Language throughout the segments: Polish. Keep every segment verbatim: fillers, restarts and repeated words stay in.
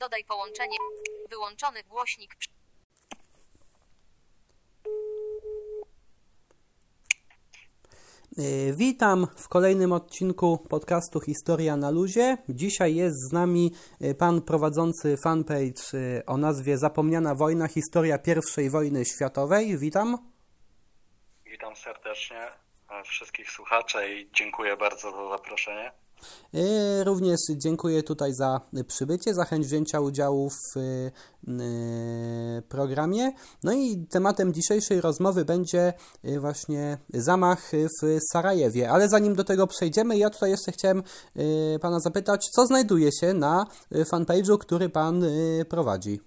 Dodaj połączenie. Wyłączony głośnik. Witam w kolejnym odcinku podcastu Historia na luzie. Dzisiaj jest z nami pan prowadzący fanpage o nazwie Zapomniana wojna, historia pierwszej wojny światowej. Witam. Witam serdecznie wszystkich słuchaczy i dziękuję bardzo za zaproszenie. Również dziękuję tutaj za przybycie, za chęć wzięcia udziału w programie. No i tematem dzisiejszej rozmowy będzie właśnie zamach w Sarajewie. Ale zanim do tego przejdziemy, ja tutaj jeszcze chciałem pana zapytać, co znajduje się na fanpage'u, który pan prowadzi?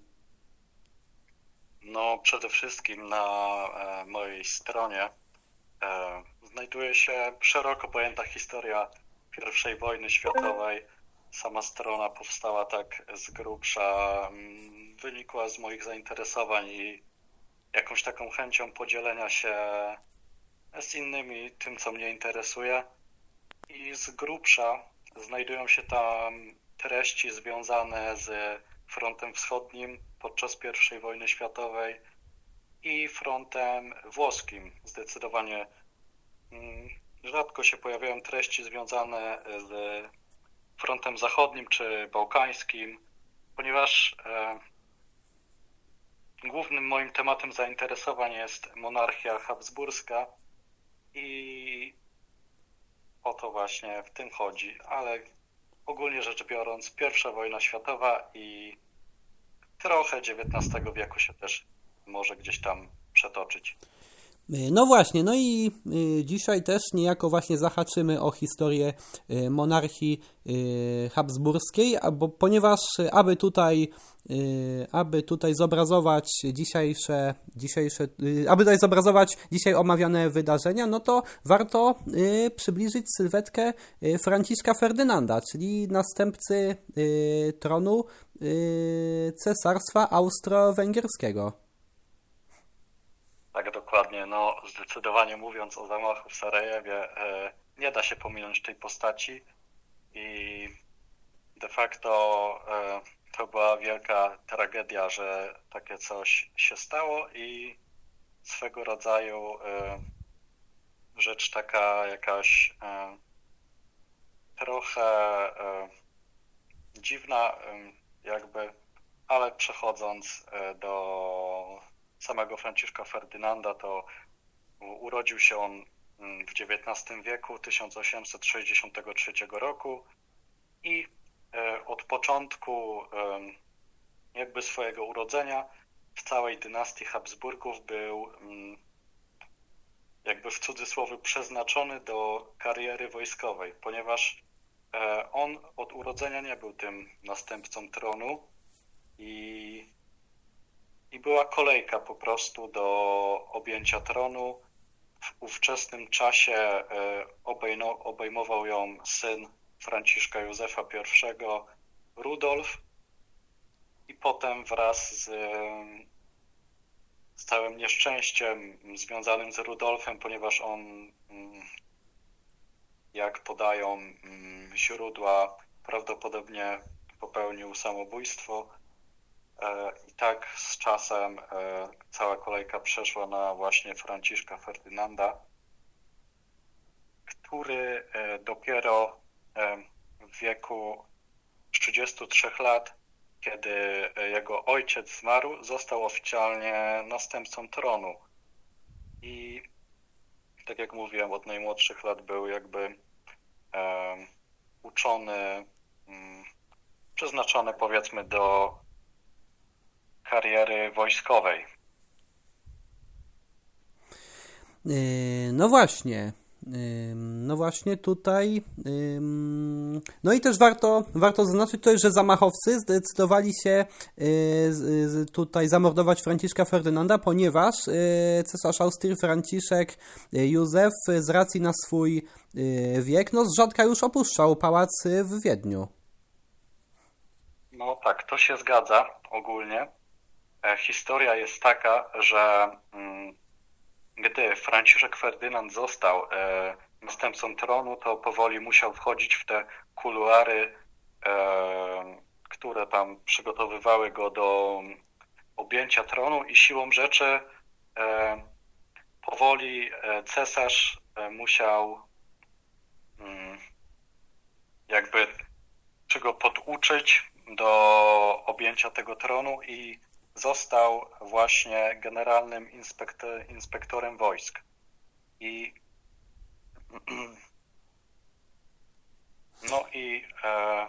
No przede wszystkim na mojej stronie znajduje się szeroko pojęta historia pierwszej wojny światowej. Sama strona powstała tak z grubsza, wynikła z moich zainteresowań i jakąś taką chęcią podzielenia się z innymi tym, co mnie interesuje. I z grubsza znajdują się tam treści związane z frontem wschodnim podczas pierwszej wojny światowej i frontem włoskim. Zdecydowanie rzadko się pojawiają treści związane z frontem zachodnim czy bałkańskim, ponieważ e, głównym moim tematem zainteresowań jest monarchia habsburska i o to właśnie w tym chodzi, ale ogólnie rzecz biorąc pierwsza wojna światowa i trochę dziewiętnastego wieku się też może gdzieś tam przetoczyć. No właśnie, no i dzisiaj też niejako właśnie zahaczymy o historię monarchii habsburskiej, bo ponieważ aby tutaj, aby tutaj zobrazować dzisiejsze, dzisiejsze, aby tutaj zobrazować dzisiaj omawiane wydarzenia, no to warto przybliżyć sylwetkę Franciszka Ferdynanda, czyli następcy tronu Cesarstwa Austro-Węgierskiego. Tak, dokładnie. No, zdecydowanie mówiąc o zamachu w Sarajewie, e, nie da się pominąć tej postaci i de facto e, to była wielka tragedia, że takie coś się stało i swego rodzaju e, rzecz taka jakaś e, trochę e, dziwna e, jakby, ale przechodząc e, do samego Franciszka Ferdynanda, to urodził się on w dziewiętnastym wieku, tysiąc osiemset sześćdziesiątego trzeciego roku i od początku jakby swojego urodzenia w całej dynastii Habsburgów był jakby w cudzysłowie przeznaczony do kariery wojskowej, ponieważ on od urodzenia nie był tym następcą tronu i I była kolejka po prostu do objęcia tronu. W ówczesnym czasie obejmował ją syn Franciszka Józefa I, Rudolf, i potem wraz z, z całym nieszczęściem związanym z Rudolfem, ponieważ on, jak podają źródła, prawdopodobnie popełnił samobójstwo. I tak z czasem cała kolejka przeszła na właśnie Franciszka Ferdynanda, który dopiero w wieku trzydziestu trzech lat, kiedy jego ojciec zmarł, został oficjalnie następcą tronu. I tak jak mówiłem, od najmłodszych lat był jakby uczony, przeznaczony powiedzmy do kariery wojskowej. No właśnie, no właśnie tutaj, no i też warto, warto zaznaczyć tutaj, że zamachowcy zdecydowali się tutaj zamordować Franciszka Ferdynanda, ponieważ cesarz Austrii Franciszek Józef z racji na swój wiek, no z rzadka już opuszczał pałac w Wiedniu. No tak, to się zgadza ogólnie. Historia jest taka, że gdy Franciszek Ferdynand został następcą tronu, to powoli musiał wchodzić w te kuluary, które które tam przygotowywały go do objęcia tronu i siłą rzeczy e, powoli e, cesarz e, musiał mm, jakby czy go poduczyć do objęcia tego tronu i został właśnie generalnym inspektor, inspektorem wojsk. I no i e,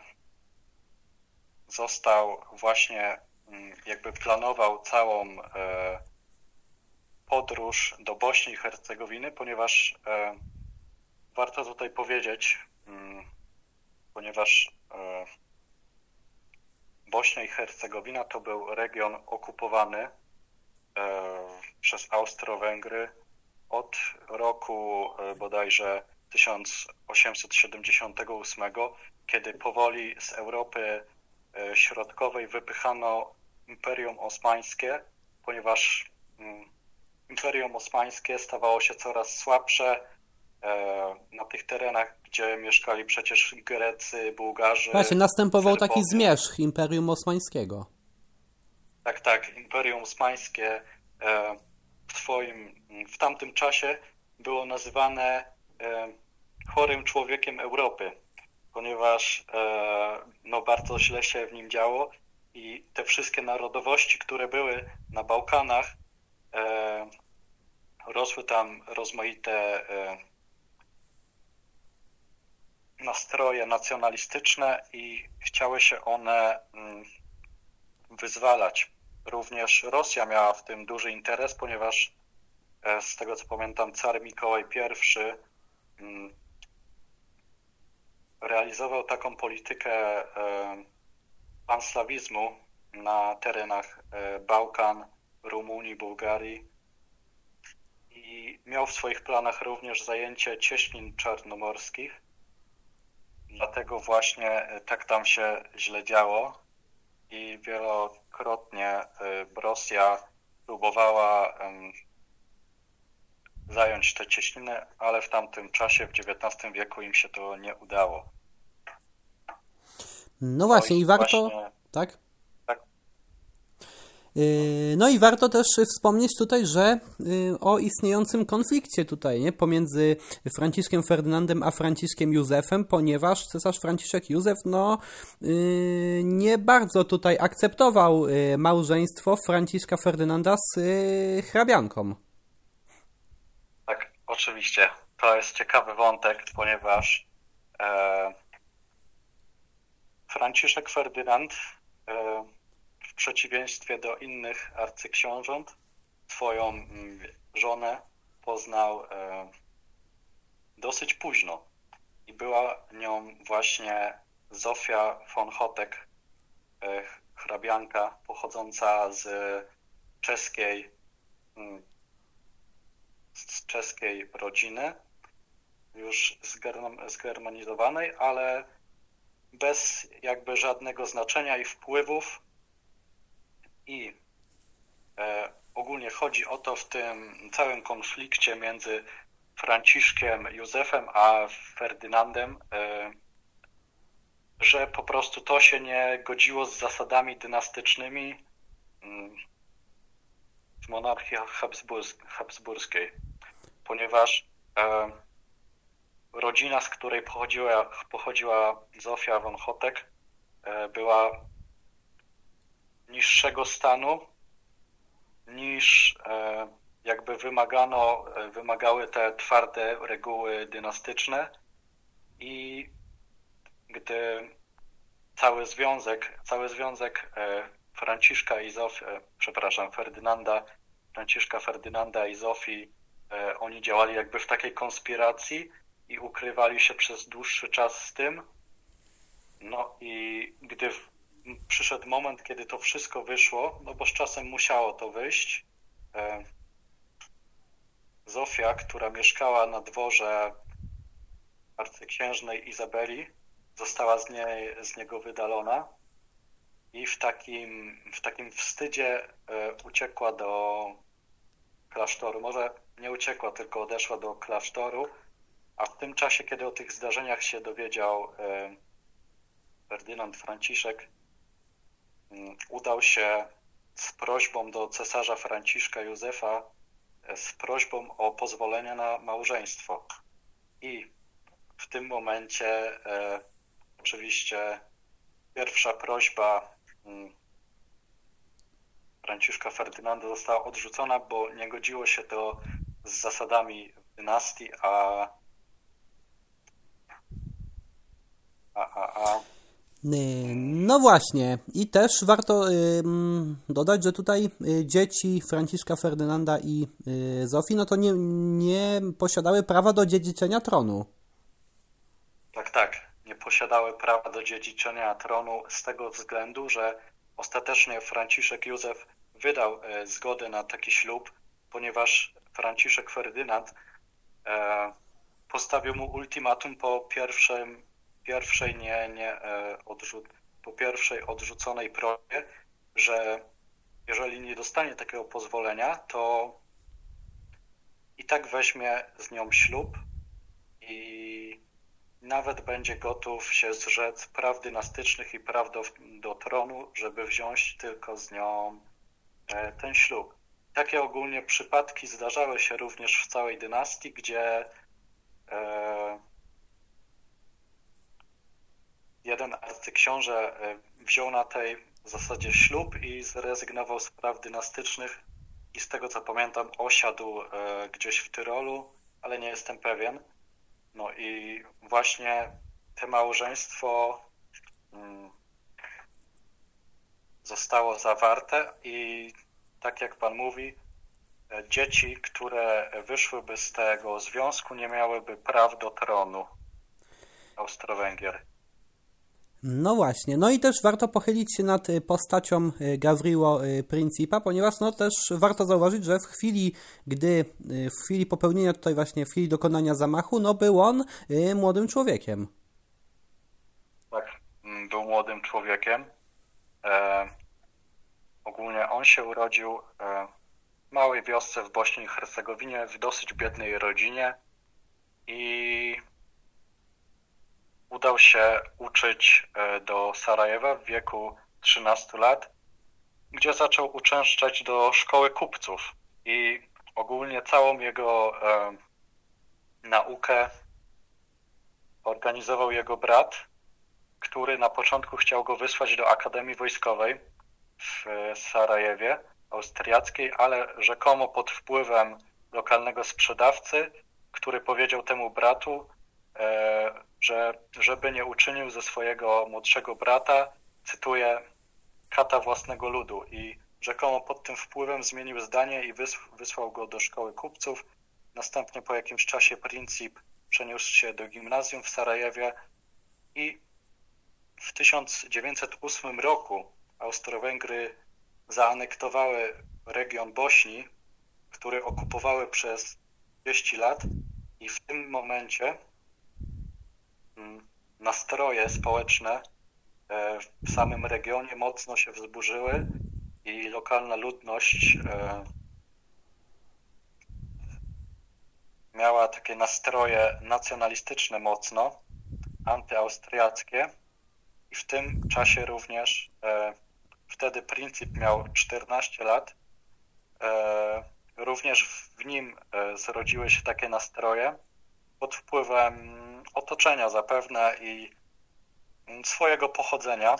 został właśnie, jakby planował całą e, podróż do Bośni i Hercegowiny, ponieważ e, warto tutaj powiedzieć, m, ponieważ e, Bośnia i Hercegowina to był region okupowany e, przez Austro-Węgry od roku e, bodajże tysiąc osiemset siedemdziesiątego ósmego, kiedy powoli z Europy e, Środkowej wypychano Imperium Osmańskie, ponieważ mm, Imperium Osmańskie stawało się coraz słabsze e, na tych terenach, gdzie mieszkali przecież Grecy, Bułgarzy. Właśnie, następował Serbowie. taki zmierzch Imperium Osmańskiego. Tak, tak. Imperium Osmańskie e, w swoim, w tamtym czasie było nazywane e, chorym człowiekiem Europy, ponieważ e, no, bardzo źle się w nim działo i te wszystkie narodowości, które były na Bałkanach, e, rosły tam rozmaite e, nastroje nacjonalistyczne i chciały się one mm, wyzwalać. Również Rosja miała w tym duży interes, ponieważ e, z tego co pamiętam car Mikołaj I mm, realizował taką politykę e, panslawizmu na terenach e, Bałkan, Rumunii, Bułgarii i miał w swoich planach również zajęcie cieśnin czarnomorskich. Dlatego właśnie e, tak tam się źle działo i wielokrotnie e, Rosja próbowała e, zająć te cieśniny, ale w tamtym czasie, w dziewiętnastym wieku im się to nie udało. No właśnie, No i i warto... właśnie- Tak? Tak. Yy, No i warto też wspomnieć tutaj, że yy, o istniejącym konflikcie tutaj, nie, pomiędzy Franciszkiem Ferdynandem a Franciszkiem Józefem, ponieważ cesarz Franciszek Józef no yy, nie bardzo tutaj akceptował yy, małżeństwo Franciszka Ferdynanda z yy, hrabianką. Tak, oczywiście. To jest ciekawy wątek, ponieważ e, Franciszek Ferdynand e, w przeciwieństwie do innych arcyksiążąt swoją mm, żonę poznał e, dosyć późno i była nią właśnie Zofia von Chotek, e, hrabianka pochodząca z czeskiej mm, z czeskiej rodziny, już zgerm- zgermanizowanej, ale bez jakby żadnego znaczenia i wpływów. I e, ogólnie chodzi o to w tym całym konflikcie między Franciszkiem Józefem a Ferdynandem, e, że po prostu to się nie godziło z zasadami dynastycznymi mm, w monarchii habsburg- habsburskiej, ponieważ e, rodzina, z której pochodziła, pochodziła Zofia von Chotek, e, była niższego stanu niż e, jakby wymagano, e, wymagały te twarde reguły dynastyczne i gdy cały związek, cały związek e, Franciszka i Zofii, e, przepraszam, Ferdynanda, Franciszka Ferdynanda i Zofii, e, oni działali jakby w takiej konspiracji i ukrywali się przez dłuższy czas z tym. No i gdy w, przyszedł moment, kiedy to wszystko wyszło, no bo z czasem musiało to wyjść, e, Zofia, która mieszkała na dworze arcyksiężnej Izabeli, została z, niej, z niego wydalona i w takim, w takim wstydzie e, uciekła do klasztoru. Może nie uciekła, tylko odeszła do klasztoru, a w tym czasie, kiedy o tych zdarzeniach się dowiedział e, Ferdynand Franciszek, udał się z prośbą do cesarza Franciszka Józefa, z prośbą o pozwolenie na małżeństwo. I w tym momencie e, oczywiście pierwsza prośba m, Franciszka Ferdynanda została odrzucona, bo nie godziło się to z zasadami dynastii, a a, a, a No właśnie, i też warto ym, dodać, że tutaj y, dzieci Franciszka Ferdynanda i y, Zofii, no to nie, nie posiadały prawa do dziedziczenia tronu. Tak, tak, nie posiadały prawa do dziedziczenia tronu z tego względu, że ostatecznie Franciszek Józef wydał e, zgodę na taki ślub, ponieważ Franciszek Ferdynand e, postawił mu ultimatum po pierwszym, pierwszej nie, nie e, odrzuc, po pierwszej odrzuconej próbie, że jeżeli nie dostanie takiego pozwolenia, to i tak weźmie z nią ślub i nawet będzie gotów się zrzec praw dynastycznych i praw do, do tronu, żeby wziąć tylko z nią e, ten ślub. Takie ogólnie przypadki zdarzały się również w całej dynastii, gdzie e, jeden arcyksiąże e, wziął na tej zasadzie ślub i zrezygnował z praw dynastycznych i z tego co pamiętam osiadł e, gdzieś w Tyrolu, ale nie jestem pewien. No i właśnie to małżeństwo mm, zostało zawarte i tak jak Pan mówi, dzieci, które wyszłyby z tego związku, nie miałyby praw do tronu Austro-Węgier. No właśnie, no i też warto pochylić się nad postacią Gavrilo Principa, ponieważ no też warto zauważyć, że w chwili, gdy, w chwili popełnienia tutaj właśnie, w chwili dokonania zamachu, no był on młodym człowiekiem. Tak, był młodym człowiekiem. E, ogólnie on się urodził e, w małej wiosce w Bośni i Hercegowinie, w dosyć biednej rodzinie i udał się uczyć do Sarajewa w wieku trzynastu lat, gdzie zaczął uczęszczać do szkoły kupców i ogólnie całą jego e, naukę organizował jego brat, który na początku chciał go wysłać do Akademii Wojskowej w Sarajewie austriackiej, ale rzekomo pod wpływem lokalnego sprzedawcy, który powiedział temu bratu, e, że żeby nie uczynił ze swojego młodszego brata, cytuję, kata własnego ludu i rzekomo pod tym wpływem zmienił zdanie i wysłał go do szkoły kupców. Następnie po jakimś czasie Princip przeniósł się do gimnazjum w Sarajewie i w tysiąc dziewięćset ósmym roku Austro-Węgry zaanektowały region Bośni, który okupowały przez trzydzieści lat i w tym momencie nastroje społeczne w samym regionie mocno się wzburzyły i lokalna ludność miała takie nastroje nacjonalistyczne mocno, antyaustriackie i w tym czasie również wtedy Princip miał czternaście lat. Również w nim zrodziły się takie nastroje pod wpływem otoczenia zapewne i swojego pochodzenia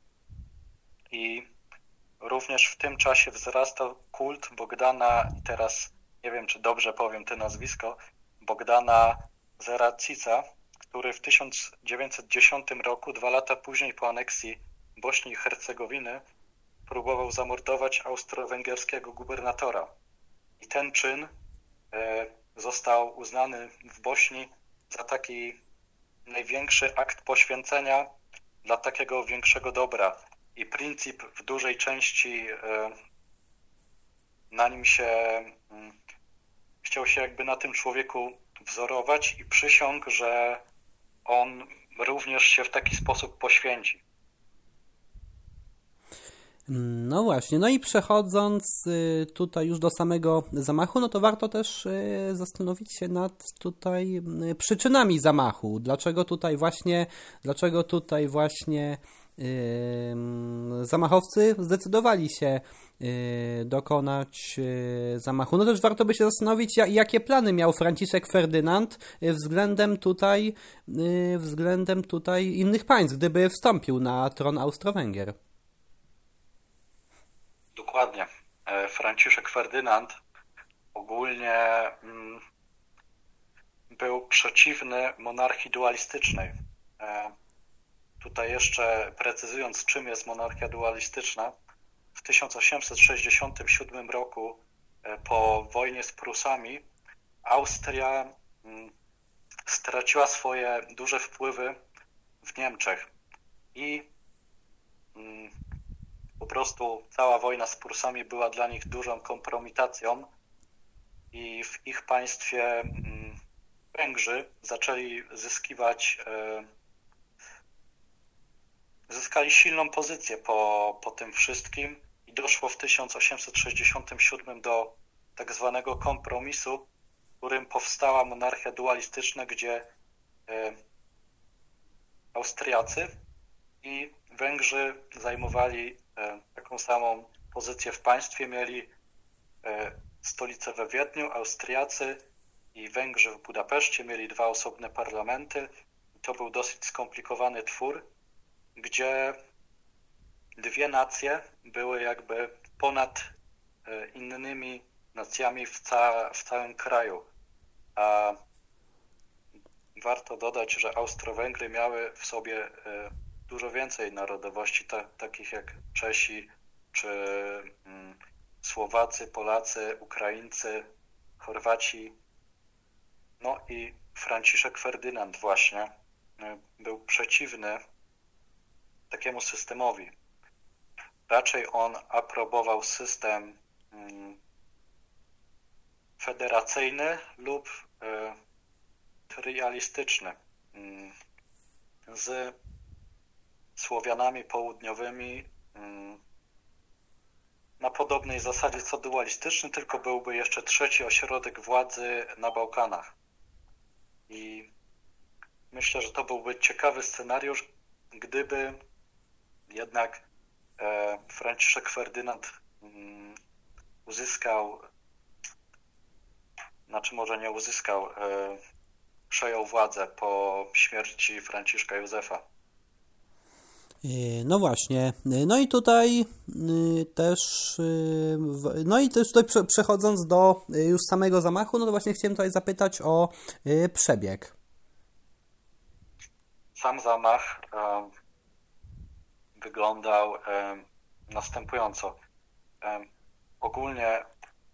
i również w tym czasie wzrastał kult Bogdana, i teraz nie wiem, czy dobrze powiem to nazwisko, Bogdana Zeracica, który w tysiąc dziewięćset dziesiątym roku, dwa lata później po aneksji Bośni i Hercegowiny, próbował zamordować austro-węgierskiego gubernatora. I ten czyn został uznany w Bośni za taki największy akt poświęcenia dla takiego większego dobra. I Princip w dużej części na nim się, chciał się jakby na tym człowieku wzorować i przysiągł, że on również się w taki sposób poświęci. No właśnie, no i przechodząc tutaj już do samego zamachu, no to warto też zastanowić się nad tutaj przyczynami zamachu. Dlaczego tutaj właśnie, dlaczego tutaj właśnie zamachowcy zdecydowali się dokonać zamachu. No też warto by się zastanowić, jakie plany miał Franciszek Ferdynand względem tutaj, względem tutaj innych państw, gdyby wstąpił na tron Austro-Węgier. Dokładnie. Franciszek Ferdynand ogólnie mm, był przeciwny monarchii dualistycznej. Tutaj jeszcze precyzując, czym jest monarchia dualistyczna, w tysiąc osiemset sześćdziesiątym siódmym roku po wojnie z Prusami Austria straciła swoje duże wpływy w Niemczech i po prostu cała wojna z Prusami była dla nich dużą kompromitacją i w ich państwie Węgrzy zaczęli zyskiwać zyskali silną pozycję po, po tym wszystkim i doszło w tysiąc osiemset sześćdziesiątym siódmym do tak zwanego kompromisu, w którym powstała monarchia dualistyczna, gdzie e, Austriacy i Węgrzy zajmowali e, taką samą pozycję w państwie, mieli e, stolicę we Wiedniu, Austriacy i Węgrzy w Budapeszcie, mieli dwa osobne parlamenty. To był dosyć skomplikowany twór, gdzie dwie nacje były jakby ponad innymi nacjami w, ca- w całym kraju. A warto dodać, że Austro-Węgry miały w sobie dużo więcej narodowości, ta- takich jak Czesi, czy mm, Słowacy, Polacy, Ukraińcy, Chorwaci. No i Franciszek Ferdynand właśnie był przeciwny takiemu systemowi. Raczej on aprobował system mm, federacyjny lub y, trialistyczny y, z Słowianami południowymi y, na podobnej zasadzie co dualistyczny, tylko byłby jeszcze trzeci ośrodek władzy na Bałkanach. I myślę, że to byłby ciekawy scenariusz, gdyby jednak e, Franciszek Ferdynand mm, uzyskał, znaczy może nie uzyskał, e, przejął władzę po śmierci Franciszka Józefa. No właśnie. No i tutaj też, no i też tutaj przechodząc do już samego zamachu, no to właśnie chciałem tutaj zapytać o przebieg. Sam zamach e, wyglądał e, następująco. E, ogólnie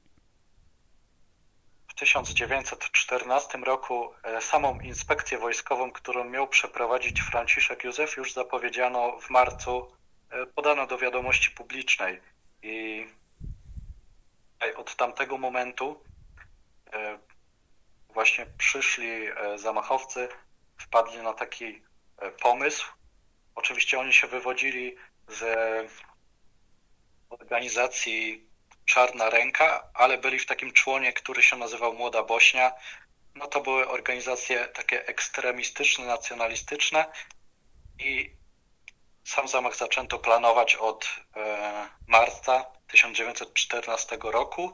w tysiąc dziewięćset czternastym roku e, samą inspekcję wojskową, którą miał przeprowadzić Franciszek Józef, już zapowiedziano w marcu, e, podano do wiadomości publicznej. I od tamtego momentu e, właśnie przyszli e, zamachowcy, wpadli na taki e, pomysł. Oczywiście oni się wywodzili z organizacji Czarna Ręka, ale byli w takim członie, który się nazywał Młoda Bośnia. No to były organizacje takie ekstremistyczne, nacjonalistyczne i sam zamach zaczęto planować od e, marca tysiąc dziewięćset czternastego roku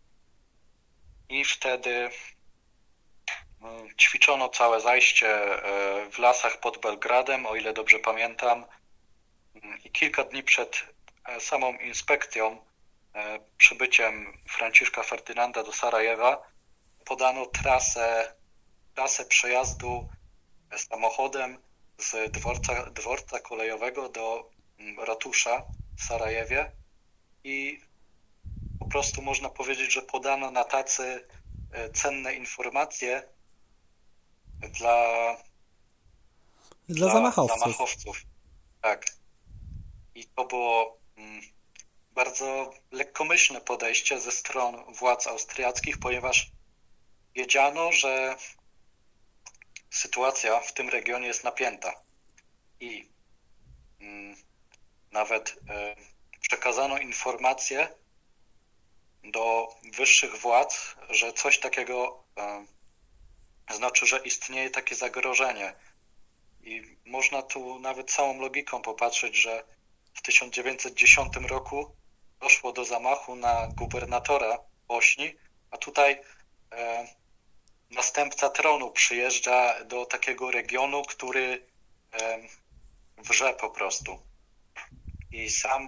i wtedy ćwiczono całe zajście w lasach pod Belgradem, o ile dobrze pamiętam. I kilka dni przed samą inspekcją, przybyciem Franciszka Ferdynanda do Sarajewa, podano trasę, trasę przejazdu samochodem z dworca, dworca kolejowego do ratusza w Sarajewie i po prostu można powiedzieć, że podano na tacy cenne informacje dla, dla, dla zamachowców. zamachowców. Tak. I to było mm, bardzo lekkomyślne podejście ze stron władz austriackich, ponieważ wiedziano, że sytuacja w tym regionie jest napięta i mm, nawet y, przekazano informacje do wyższych władz, że coś takiego y, znaczy, że istnieje takie zagrożenie. I można tu nawet całą logiką popatrzeć, że w tysiąc dziewięćset dziesiątym roku doszło do zamachu na gubernatora Bośni, a tutaj e, następca tronu przyjeżdża do takiego regionu, który e, wrze po prostu. I sam,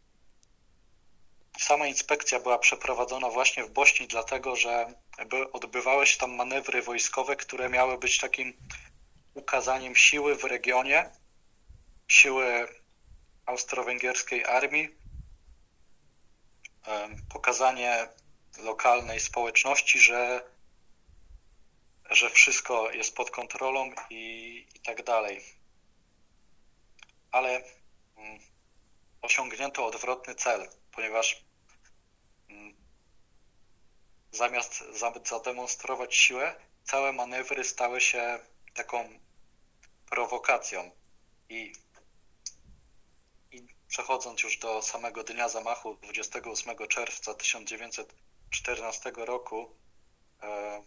sama inspekcja była przeprowadzona właśnie w Bośni, dlatego że by, odbywały się tam manewry wojskowe, które miały być takim ukazaniem siły w regionie, siły austro-węgierskiej armii, pokazanie lokalnej społeczności, że, że wszystko jest pod kontrolą i, i tak dalej. Ale mm, osiągnięto odwrotny cel, ponieważ mm, zamiast zademonstrować siłę, całe manewry stały się taką prowokacją. I, i przechodząc już do samego dnia zamachu, dwudziestego ósmego czerwca tysiąc dziewięćset czternastego roku, e,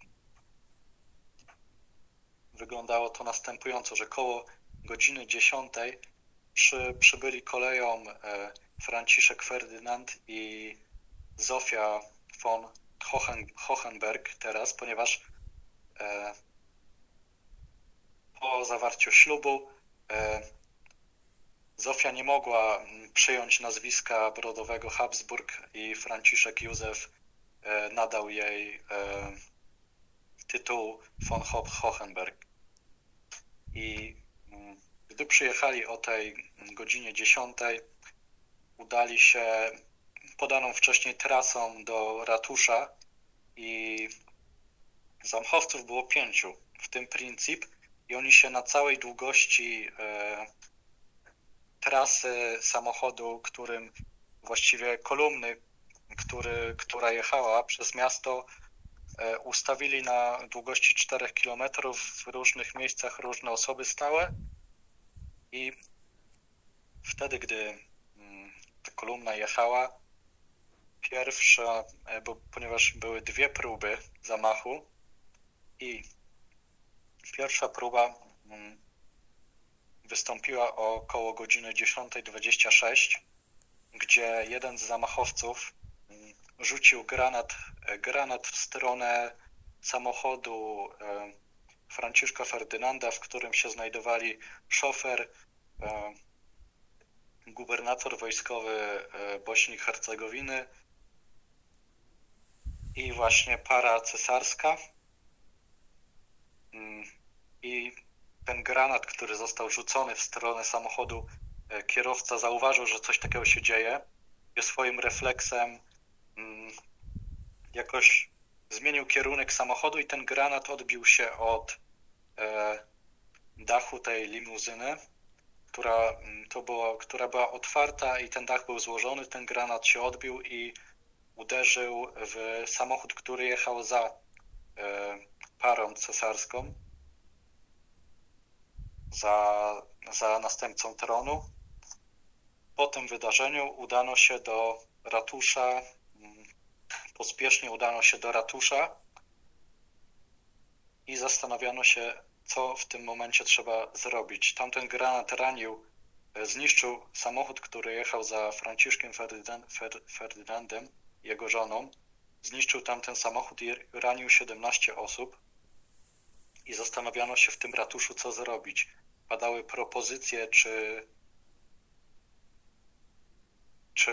wyglądało to następująco, że koło godziny dziesiątej przy, przybyli koleją e, Franciszek Ferdynand i Zofia von Hohen, Hohenberg teraz, ponieważ e, po zawarciu ślubu e, Zofia nie mogła przyjąć nazwiska brodowego Habsburg i Franciszek Józef e, nadał jej e, tytuł von Hohenberg. I m, gdy przyjechali o tej godzinie dziesiątej, udali się podaną wcześniej trasą do ratusza i zamachowców było pięciu, w tym Princip, i oni się na całej długości e, trasy samochodu, którym właściwie kolumny, który, która jechała przez miasto, e, ustawili na długości czterech kilometrów, w różnych miejscach różne osoby stałe i wtedy, gdy mm, ta kolumna jechała, pierwsza, e, bo, ponieważ były dwie próby zamachu i pierwsza próba mm, wystąpiła około godziny dziesiątej dwadzieścia sześć, gdzie jeden z zamachowców mm, rzucił granat, granat w stronę samochodu e, Franciszka Ferdynanda, w którym się znajdowali szofer, e, gubernator wojskowy e, Bośni i Hercegowiny i właśnie para cesarska. Mm, I ten granat, który został rzucony w stronę samochodu, kierowca zauważył, że coś takiego się dzieje i swoim refleksem mm, jakoś zmienił kierunek samochodu i ten granat odbił się od e, dachu tej limuzyny, która, to było, która była otwarta i ten dach był złożony. Ten granat się odbił i uderzył w samochód, który jechał za e, parą cesarską, za, za następcą tronu. Po tym wydarzeniu udano się do ratusza, pospiesznie udano się do ratusza i zastanawiano się, co w tym momencie trzeba zrobić. Tamten granat ranił, zniszczył samochód, który jechał za Franciszkiem Ferdynandem, jego żoną. Zniszczył tamten samochód i ranił siedemnaście osób. I zastanawiano się w tym ratuszu, co zrobić. Padały propozycje, czy, czy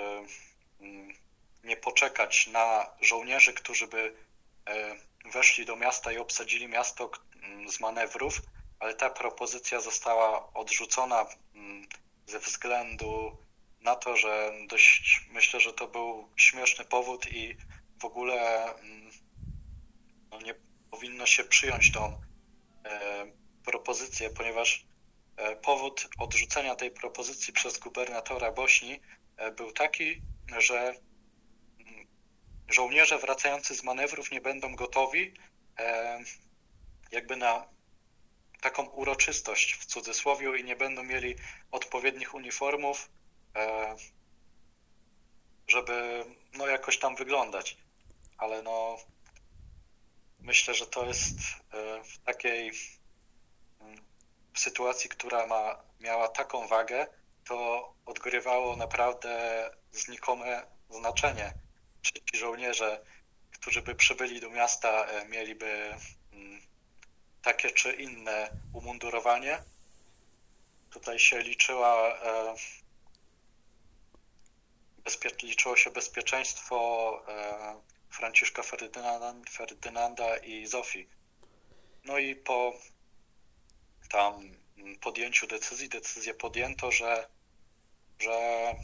nie poczekać na żołnierzy, którzy by weszli do miasta i obsadzili miasto z manewrów, ale ta propozycja została odrzucona ze względu na to, że dość, myślę, że to był śmieszny powód i w ogóle no, nie powinno się przyjąć tą e, propozycję, ponieważ e, powód odrzucenia tej propozycji przez gubernatora Bośni e, był taki, że m, żołnierze wracający z manewrów nie będą gotowi e, jakby na taką uroczystość w cudzysłowie i nie będą mieli odpowiednich uniformów, e, żeby no jakoś tam wyglądać. Ale no myślę, że to jest w takiej w sytuacji, która ma, miała taką wagę, to odgrywało naprawdę znikome znaczenie. Czy ci żołnierze, którzy by przybyli do miasta, mieliby takie czy inne umundurowanie. Tutaj się liczyła, bezpie, liczyło się bezpieczeństwo Franciszka Ferdynanda, Ferdynanda i Zofii. No i po tam podjęciu decyzji, decyzję podjęto, że, że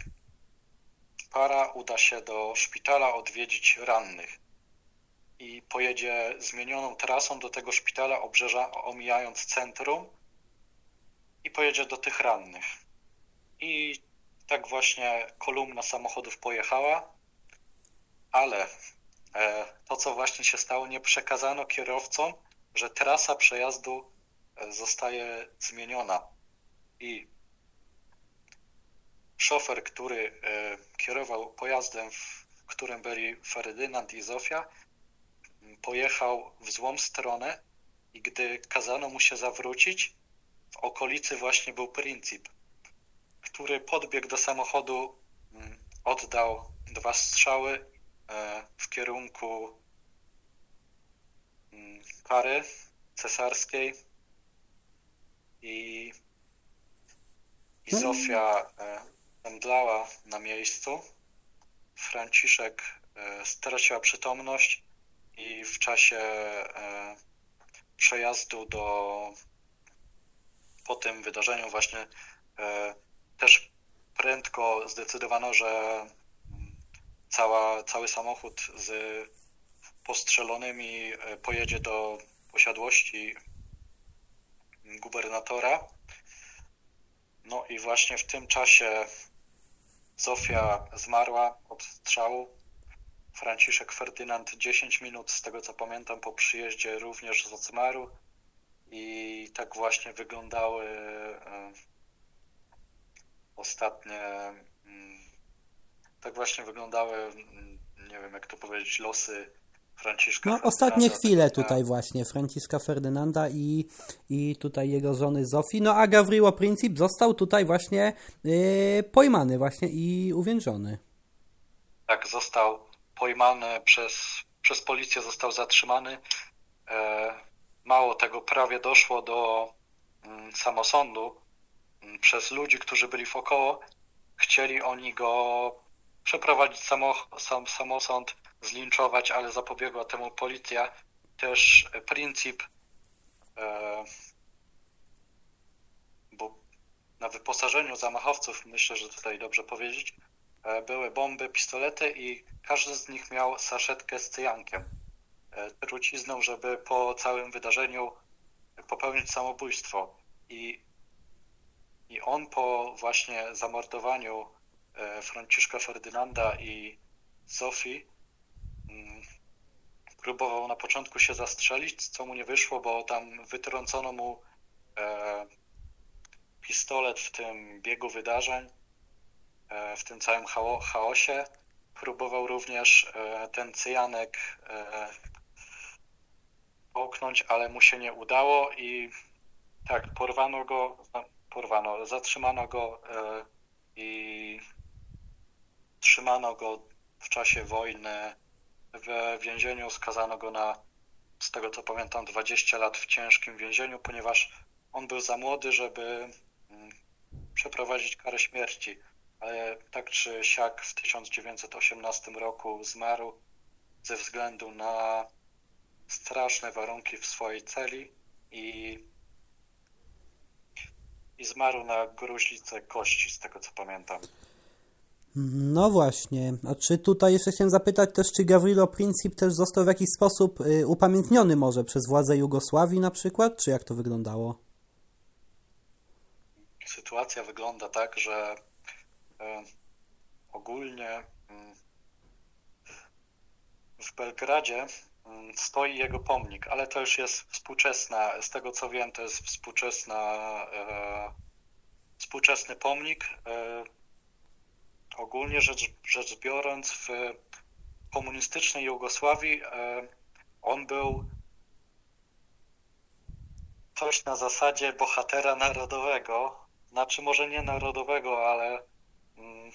para uda się do szpitala odwiedzić rannych i pojedzie zmienioną trasą do tego szpitala, obrzeża, omijając centrum i pojedzie do tych rannych. I tak właśnie kolumna samochodów pojechała, ale to, co właśnie się stało, nie przekazano kierowcom, że trasa przejazdu zostaje zmieniona i szofer, który kierował pojazdem, w którym byli Ferdynand i Zofia, pojechał w złą stronę i gdy kazano mu się zawrócić, w okolicy właśnie był Princip, który podbiegł do samochodu, oddał dwa strzały w kierunku kary cesarskiej i, i Zofia zemdlała na miejscu. Franciszek straciła przytomność i w czasie przejazdu do po tym wydarzeniu właśnie też prędko zdecydowano, że cała, cały samochód z postrzelonymi pojedzie do posiadłości gubernatora. No i właśnie w tym czasie Zofia zmarła od strzału. Franciszek Ferdynand dziesięć minut, z tego co pamiętam, po przyjeździe również zmarł. I tak właśnie wyglądały ostatnie, tak właśnie wyglądały, nie wiem jak to powiedzieć, losy Franciszka No, Ferdynanda. ostatnie chwile tutaj właśnie Franciszka Ferdynanda i, i tutaj jego żony Zofii. No a Gavrilo Princip został tutaj właśnie yy, pojmany właśnie i uwięziony. Tak, został pojmany przez, przez policję, został zatrzymany. E, mało tego, prawie doszło do mm, samosądu mm, przez ludzi, którzy byli wokoło. Chcieli oni go przeprowadzić samo, sam, samosąd, zlinczować, ale zapobiegła temu policja. Też Princip, e, bo na wyposażeniu zamachowców, myślę, że tutaj dobrze powiedzieć, e, były bomby, pistolety i każdy z nich miał saszetkę z cyjankiem, e, trucizną, żeby po całym wydarzeniu popełnić samobójstwo. I, i on po właśnie zamordowaniu e, Franciszka Ferdynanda i Zofii próbował na początku się zastrzelić, co mu nie wyszło, bo tam wytrącono mu e, pistolet w tym biegu wydarzeń, e, w tym całym chao- chaosie. Próbował również e, ten cyjanek e, połknąć, ale mu się nie udało i tak, porwano go, porwano, zatrzymano go e, i trzymano go w czasie wojny w więzieniu. Skazano go na, z tego co pamiętam, dwadzieścia lat w ciężkim więzieniu, ponieważ on był za młody, żeby przeprowadzić karę śmierci. Ale tak czy siak w tysiąc dziewięćset osiemnastym roku zmarł ze względu na straszne warunki w swojej celi i, i zmarł na gruźlicę kości, z tego co pamiętam. No właśnie, a czy tutaj jeszcze chciałem zapytać też, czy Gavrilo Princip też został w jakiś sposób y, upamiętniony może przez władze Jugosławii na przykład, czy jak to wyglądało? Sytuacja wygląda tak, że y, ogólnie y, w Belgradzie y, stoi jego pomnik, ale to już jest współczesna, z tego co wiem, to jest współczesna, y, współczesny pomnik. Y, Ogólnie rzecz, rzecz biorąc, w komunistycznej Jugosławii on był coś na zasadzie bohatera narodowego, znaczy może nie narodowego, ale mm,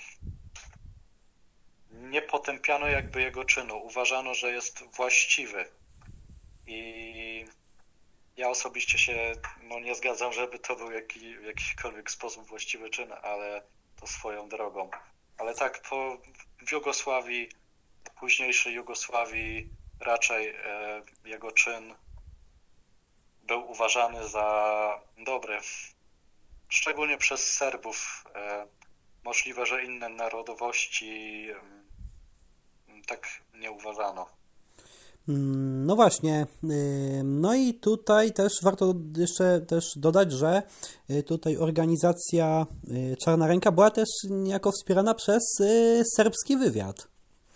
nie potępiano jakby jego czynu. Uważano, że jest właściwy. I ja osobiście się no, nie zgadzam, żeby to był jaki, w jakikolwiek sposób właściwy czyn, ale to swoją drogą. Ale tak, po, w Jugosławii, późniejszej Jugosławii raczej e, jego czyn był uważany za dobry. Szczególnie przez Serbów. E, możliwe, że inne narodowości e, tak nie uważano. No właśnie, no i tutaj też warto jeszcze też dodać, że tutaj organizacja Czarna Ręka była też niejako wspierana przez serbski wywiad.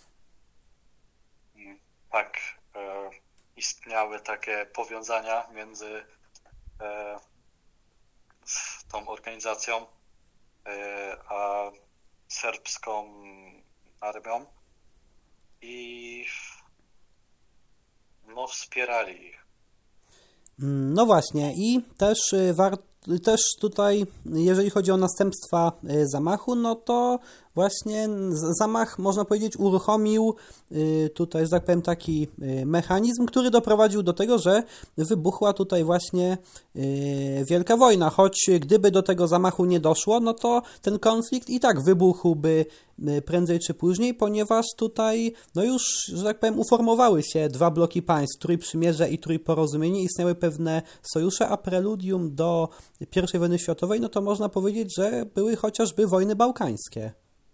Tak, e, istniały takie powiązania między e, z tą organizacją e, a serbską armią i no, wspierali ich. No właśnie i też warto też tutaj, jeżeli chodzi o następstwa zamachu, no to właśnie zamach, można powiedzieć, uruchomił tutaj, że tak powiem, taki mechanizm, który doprowadził do tego, że wybuchła tutaj właśnie wielka wojna, choć gdyby do tego zamachu nie doszło, no to ten konflikt i tak wybuchłby prędzej czy później, ponieważ tutaj, no już, że tak powiem, uformowały się dwa bloki państw, Trójprzymierze i Trójporozumienie, istniały pewne sojusze, a preludium do pierwszej wojny światowej, no to można powiedzieć, że były chociażby wojny bałkańskie.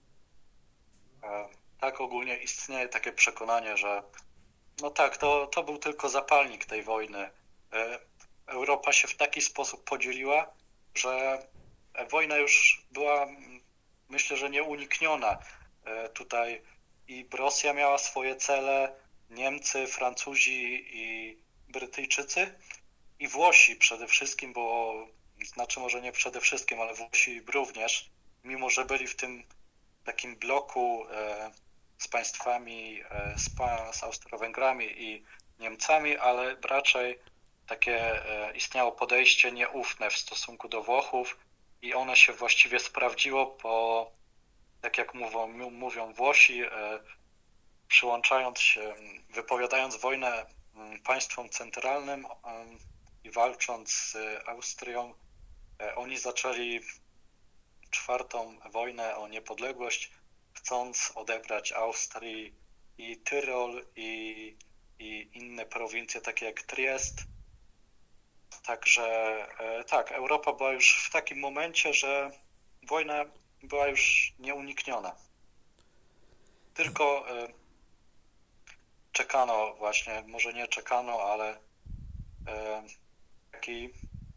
Tak, ogólnie istnieje takie przekonanie, że no tak, to, to był tylko zapalnik tej wojny. Europa się w taki sposób podzieliła, że wojna już była, myślę, że nieunikniona. Tutaj i Rosja miała swoje cele, Niemcy, Francuzi i Brytyjczycy i Włosi przede wszystkim, bo znaczy może nie przede wszystkim, ale Włosi również, mimo że byli w tym takim bloku z państwami, z, z Austro-Węgrami i Niemcami, ale raczej takie istniało podejście nieufne w stosunku do Włochów i one się właściwie sprawdziło, bo tak jak mówią, mówią Włosi, przyłączając się, wypowiadając wojnę państwom centralnym i walcząc z Austrią, oni zaczęli czwartą wojnę o niepodległość, chcąc odebrać Austrii i Tyrol i, i inne prowincje, takie jak Triest. Także tak, Europa była już w takim momencie, że wojna była już nieunikniona. Tylko czekano właśnie, może nie czekano, ale taki,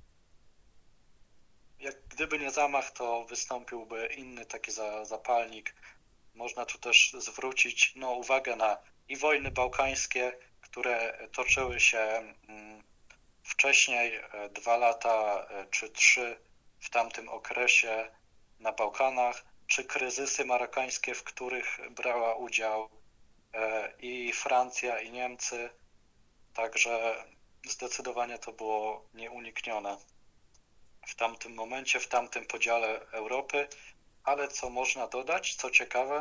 jak gdyby nie zamach, to wystąpiłby inny taki zapalnik. Można tu też zwrócić no, uwagę na i wojny bałkańskie, które toczyły się wcześniej, dwa lata czy trzy w tamtym okresie na Bałkanach, czy kryzysy marokańskie, w których brała udział i Francja, i Niemcy. Także zdecydowanie to było nieuniknione w tamtym momencie, w tamtym podziale Europy. Ale co można dodać, co ciekawe,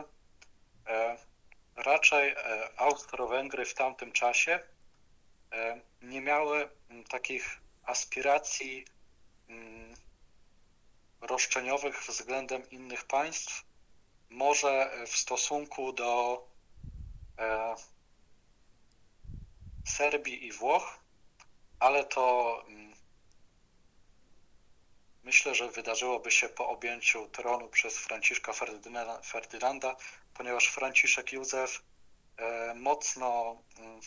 raczej Austro-Węgry w tamtym czasie nie miały takich aspiracji roszczeniowych względem innych państw, może w stosunku do Serbii i Włoch, ale to myślę, że wydarzyłoby się po objęciu tronu przez Franciszka Ferdynanda, ponieważ Franciszek Józef mocno,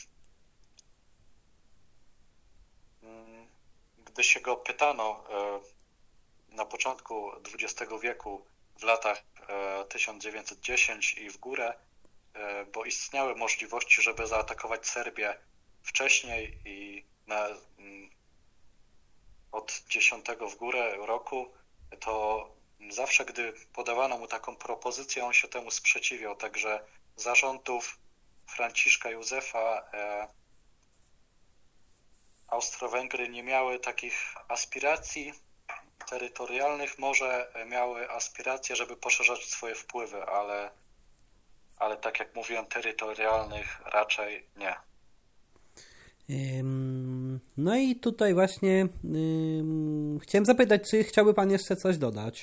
gdy się go pytano na początku dwudziestego wieku, w latach tysiąc dziewięćset dziesiąty i w górę, bo istniały możliwości, żeby zaatakować Serbię wcześniej i na, od dziesiątego w górę roku, to zawsze, gdy podawano mu taką propozycję, on się temu sprzeciwiał. Także za rządów Franciszka Józefa e, Austro-Węgry nie miały takich aspiracji, terytorialnych może miały aspiracje, żeby poszerzać swoje wpływy, ale, ale tak jak mówiłem, terytorialnych raczej nie. No i tutaj właśnie ym, chciałem zapytać, czy chciałby Pan jeszcze coś dodać?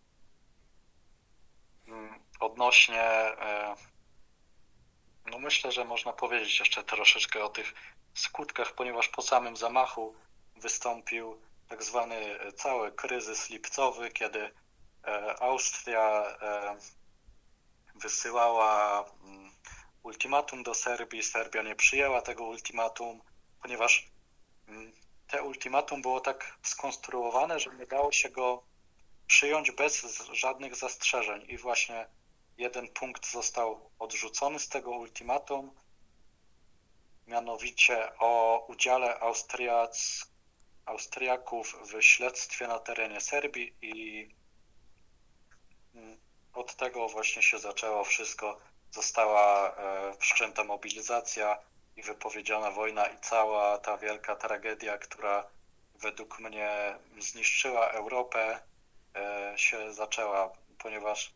Odnośnie, no myślę, że można powiedzieć jeszcze troszeczkę o tych skutkach, ponieważ po samym zamachu wystąpił tak zwany cały kryzys lipcowy, kiedy Austria wysyłała ultimatum do Serbii, Serbia nie przyjęła tego ultimatum, ponieważ te ultimatum było tak skonstruowane, że nie dało się go przyjąć bez żadnych zastrzeżeń i właśnie jeden punkt został odrzucony z tego ultimatum, mianowicie o udziale Austriac, Austriaków w śledztwie na terenie Serbii i od tego właśnie się zaczęło wszystko. Została wszczęta mobilizacja i wypowiedziana wojna i cała ta wielka tragedia, która według mnie zniszczyła Europę, się zaczęła, ponieważ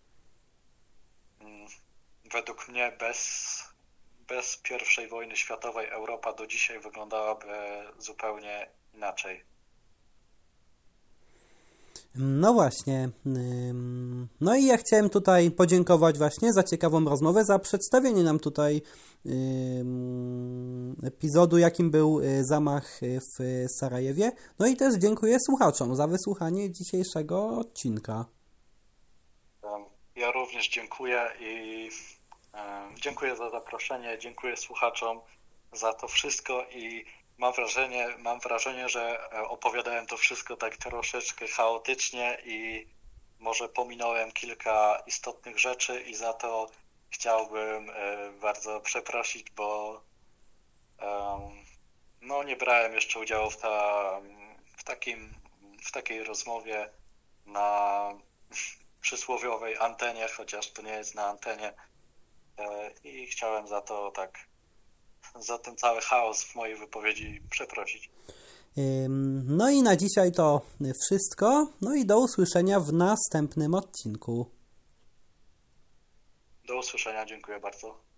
według mnie bez, bez pierwszej wojny światowej Europa do dzisiaj wyglądałaby zupełnie inaczej. No właśnie. No i ja chciałem tutaj podziękować właśnie za ciekawą rozmowę, za przedstawienie nam tutaj epizodu, jakim był zamach w Sarajewie. No i też dziękuję słuchaczom za wysłuchanie dzisiejszego odcinka. Ja również dziękuję i dziękuję za zaproszenie, dziękuję słuchaczom za to wszystko i mam wrażenie, mam wrażenie, że opowiadałem to wszystko tak troszeczkę chaotycznie i może pominąłem kilka istotnych rzeczy i za to chciałbym bardzo przeprosić, bo no nie brałem jeszcze udziału w, ta, w, takim, w takiej rozmowie na przysłowiowej antenie, chociaż to nie jest na antenie i chciałem za to tak, za ten cały chaos w mojej wypowiedzi przeprosić. No i na dzisiaj to wszystko. No i do usłyszenia w następnym odcinku. Do usłyszenia, dziękuję bardzo.